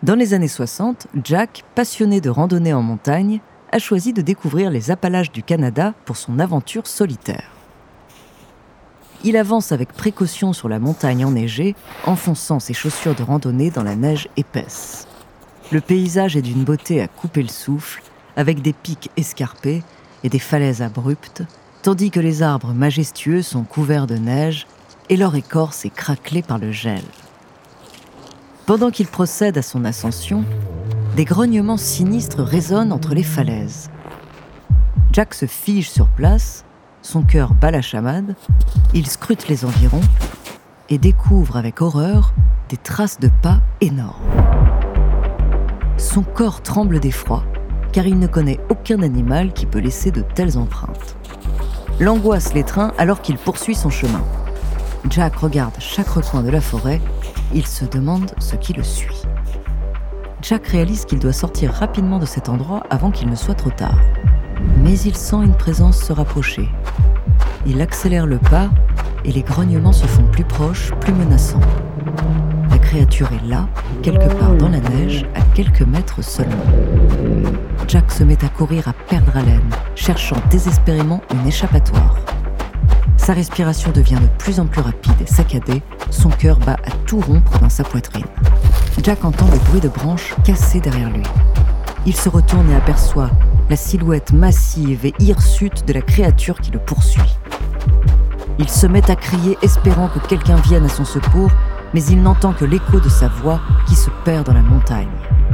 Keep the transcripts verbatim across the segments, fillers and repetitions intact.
Dans les années soixante, Jack, passionné de randonnée en montagne, a choisi de découvrir les Appalaches du Canada pour son aventure solitaire. Il avance avec précaution sur la montagne enneigée, enfonçant ses chaussures de randonnée dans la neige épaisse. Le paysage est d'une beauté à couper le souffle, avec des pics escarpés et des falaises abruptes, tandis que les arbres majestueux sont couverts de neige et leur écorce est craquelée par le gel. Pendant qu'il procède à son ascension, des grognements sinistres résonnent entre les falaises. Jack se fige sur place, son cœur bat la chamade, il scrute les environs et découvre avec horreur des traces de pas énormes. Son corps tremble d'effroi, car il ne connaît aucun animal qui peut laisser de telles empreintes. L'angoisse l'étreint alors qu'il poursuit son chemin. Jack regarde chaque recoin de la forêt, il se demande ce qui le suit. Jack réalise qu'il doit sortir rapidement de cet endroit avant qu'il ne soit trop tard. Mais il sent une présence se rapprocher. Il accélère le pas et les grognements se font plus proches, plus menaçants. La créature est là, quelque part dans la neige, à quelques mètres seulement. Jack se met à courir à perdre haleine, cherchant désespérément une échappatoire. Sa respiration devient de plus en plus rapide et saccadée, son cœur bat à tout rompre dans sa poitrine. Jack entend le bruit de branches cassées derrière lui. Il se retourne et aperçoit la silhouette massive et hirsute de la créature qui le poursuit. Il se met à crier, espérant que quelqu'un vienne à son secours, mais il n'entend que l'écho de sa voix qui se perd dans la montagne.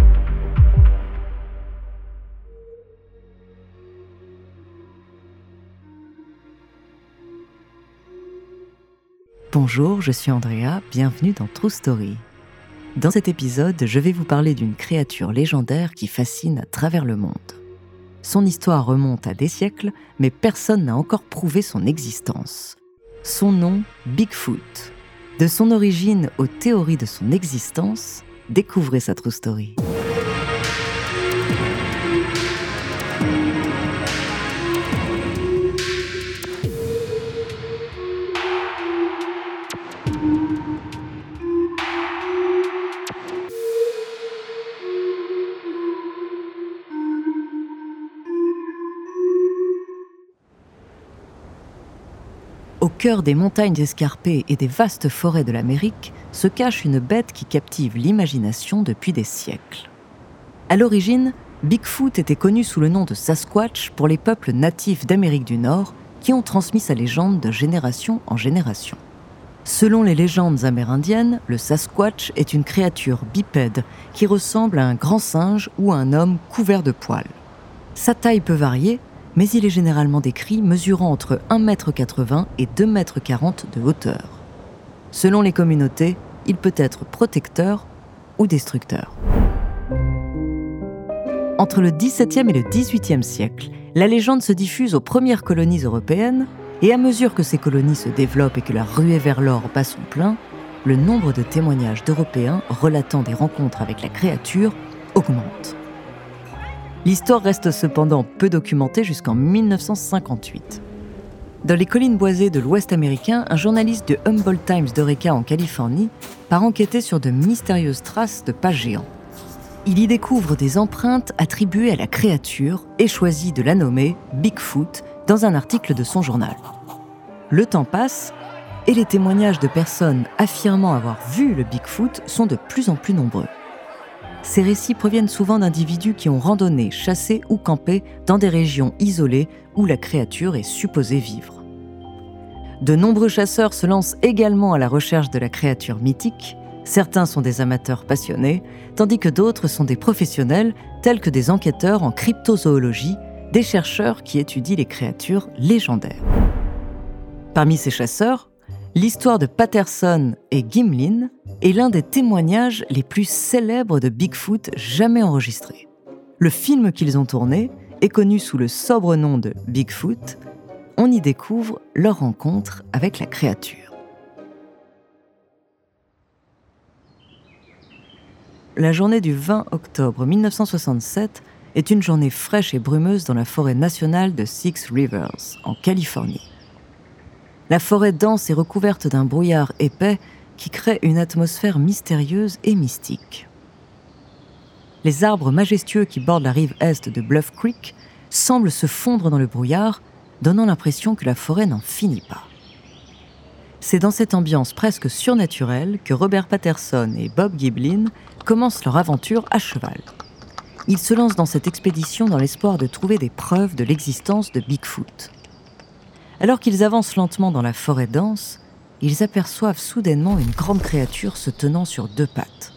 Bonjour, je suis Andrea, bienvenue dans True Story. Dans cet épisode, je vais vous parler d'une créature légendaire qui fascine à travers le monde. Son histoire remonte à des siècles, mais personne n'a encore prouvé son existence. Son nom, Bigfoot. De son origine aux théories de son existence, découvrez sa True Story. Au cœur des montagnes escarpées et des vastes forêts de l'Amérique se cache une bête qui captive l'imagination depuis des siècles. À l'origine, Bigfoot était connu sous le nom de Sasquatch pour les peuples natifs d'Amérique du Nord qui ont transmis sa légende de génération en génération. Selon les légendes amérindiennes, le Sasquatch est une créature bipède qui ressemble à un grand singe ou à un homme couvert de poils. Sa taille peut varier, mais il est généralement décrit mesurant entre un mètre quatre-vingts et deux mètres quarante de hauteur. Selon les communautés, il peut être protecteur ou destructeur. Entre le dix-septième et le dix-huitième siècle, la légende se diffuse aux premières colonies européennes, et à mesure que ces colonies se développent et que la ruée vers l'or bat son plein, le nombre de témoignages d'Européens relatant des rencontres avec la créature augmente. L'histoire reste cependant peu documentée jusqu'en dix-neuf cent cinquante-huit. Dans les collines boisées de l'Ouest américain, un journaliste de Humboldt Times d'Eureka en Californie part enquêter sur de mystérieuses traces de pas géants. Il y découvre des empreintes attribuées à la créature et choisit de la nommer Bigfoot dans un article de son journal. Le temps passe et les témoignages de personnes affirmant avoir vu le Bigfoot sont de plus en plus nombreux. Ces récits proviennent souvent d'individus qui ont randonné, chassé ou campé dans des régions isolées où la créature est supposée vivre. De nombreux chasseurs se lancent également à la recherche de la créature mythique. Certains sont des amateurs passionnés, tandis que d'autres sont des professionnels, tels que des enquêteurs en cryptozoologie, des chercheurs qui étudient les créatures légendaires. Parmi ces chasseurs, l'histoire de Patterson et Gimlin est l'un des témoignages les plus célèbres de Bigfoot jamais enregistrés. Le film qu'ils ont tourné est connu sous le sobre nom de Bigfoot. On y découvre leur rencontre avec la créature. La journée du vingt octobre mille neuf cent soixante-sept est une journée fraîche et brumeuse dans la forêt nationale de Six Rivers, en Californie. La forêt dense est recouverte d'un brouillard épais qui crée une atmosphère mystérieuse et mystique. Les arbres majestueux qui bordent la rive est de Bluff Creek semblent se fondre dans le brouillard, donnant l'impression que la forêt n'en finit pas. C'est dans cette ambiance presque surnaturelle que Robert Patterson et Bob Giblin commencent leur aventure à cheval. Ils se lancent dans cette expédition dans l'espoir de trouver des preuves de l'existence de Bigfoot. Alors qu'ils avancent lentement dans la forêt dense, ils aperçoivent soudainement une grande créature se tenant sur deux pattes.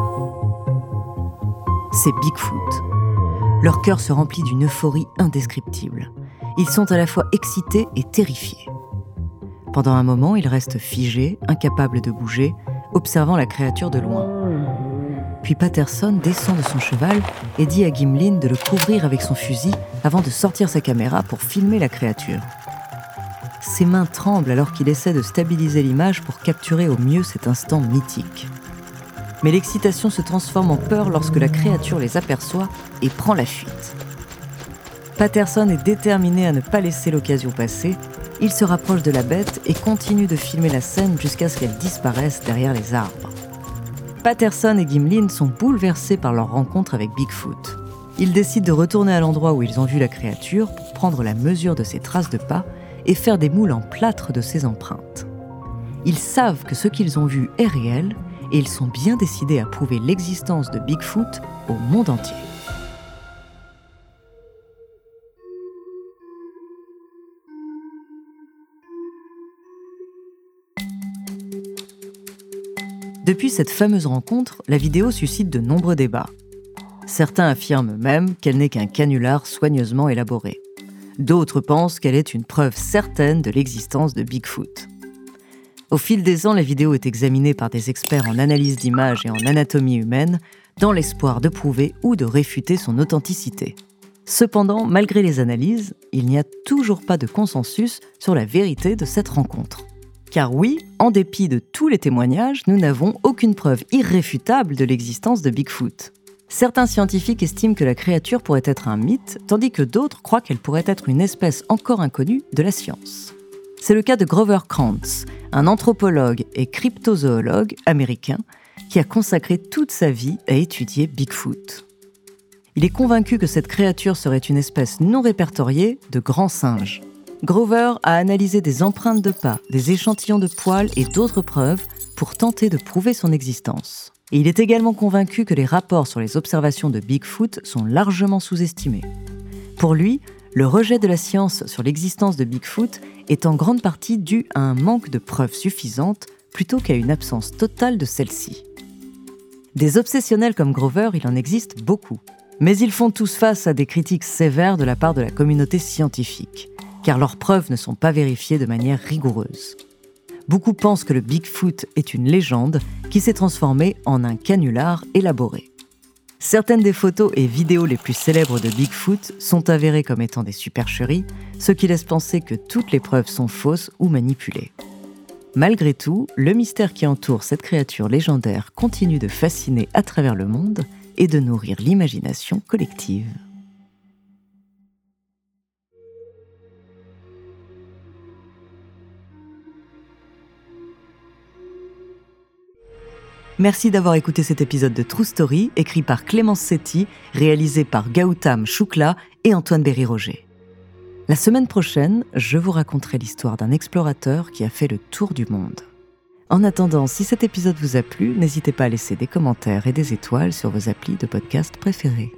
C'est Bigfoot. Leur cœur se remplit d'une euphorie indescriptible. Ils sont à la fois excités et terrifiés. Pendant un moment, ils restent figés, incapables de bouger, observant la créature de loin. Puis Patterson descend de son cheval et dit à Giblin de le couvrir avec son fusil avant de sortir sa caméra pour filmer la créature. Ses mains tremblent alors qu'il essaie de stabiliser l'image pour capturer au mieux cet instant mythique. Mais l'excitation se transforme en peur lorsque la créature les aperçoit et prend la fuite. Patterson est déterminé à ne pas laisser l'occasion passer. Il se rapproche de la bête et continue de filmer la scène jusqu'à ce qu'elle disparaisse derrière les arbres. Patterson et Giblin sont bouleversés par leur rencontre avec Bigfoot. Ils décident de retourner à l'endroit où ils ont vu la créature pour prendre la mesure de ses traces de pas et faire des moules en plâtre de ses empreintes. Ils savent que ce qu'ils ont vu est réel et ils sont bien décidés à prouver l'existence de Bigfoot au monde entier. Depuis cette fameuse rencontre, la vidéo suscite de nombreux débats. Certains affirment même qu'elle n'est qu'un canular soigneusement élaboré. D'autres pensent qu'elle est une preuve certaine de l'existence de Bigfoot. Au fil des ans, la vidéo est examinée par des experts en analyse d'images et en anatomie humaine, dans l'espoir de prouver ou de réfuter son authenticité. Cependant, malgré les analyses, il n'y a toujours pas de consensus sur la vérité de cette rencontre. Car oui, en dépit de tous les témoignages, nous n'avons aucune preuve irréfutable de l'existence de Bigfoot. Certains scientifiques estiment que la créature pourrait être un mythe, tandis que d'autres croient qu'elle pourrait être une espèce encore inconnue de la science. C'est le cas de Grover Krantz, un anthropologue et cryptozoologue américain qui a consacré toute sa vie à étudier Bigfoot. Il est convaincu que cette créature serait une espèce non répertoriée de grands singes. Grover a analysé des empreintes de pas, des échantillons de poils et d'autres preuves pour tenter de prouver son existence. Et il est également convaincu que les rapports sur les observations de Bigfoot sont largement sous-estimés. Pour lui, le rejet de la science sur l'existence de Bigfoot est en grande partie dû à un manque de preuves suffisantes plutôt qu'à une absence totale de celle-ci. Des obsessionnels comme Grover, il en existe beaucoup. Mais ils font tous face à des critiques sévères de la part de la communauté scientifique, car leurs preuves ne sont pas vérifiées de manière rigoureuse. Beaucoup pensent que le Bigfoot est une légende qui s'est transformée en un canular élaboré. Certaines des photos et vidéos les plus célèbres de Bigfoot sont avérées comme étant des supercheries, ce qui laisse penser que toutes les preuves sont fausses ou manipulées. Malgré tout, le mystère qui entoure cette créature légendaire continue de fasciner à travers le monde et de nourrir l'imagination collective. Merci d'avoir écouté cet épisode de True Story, écrit par Clémence Setti, réalisé par Gautam Shukla et Antoine Berry-Roger. La semaine prochaine, je vous raconterai l'histoire d'un explorateur qui a fait le tour du monde. En attendant, si cet épisode vous a plu, n'hésitez pas à laisser des commentaires et des étoiles sur vos applis de podcast préférés.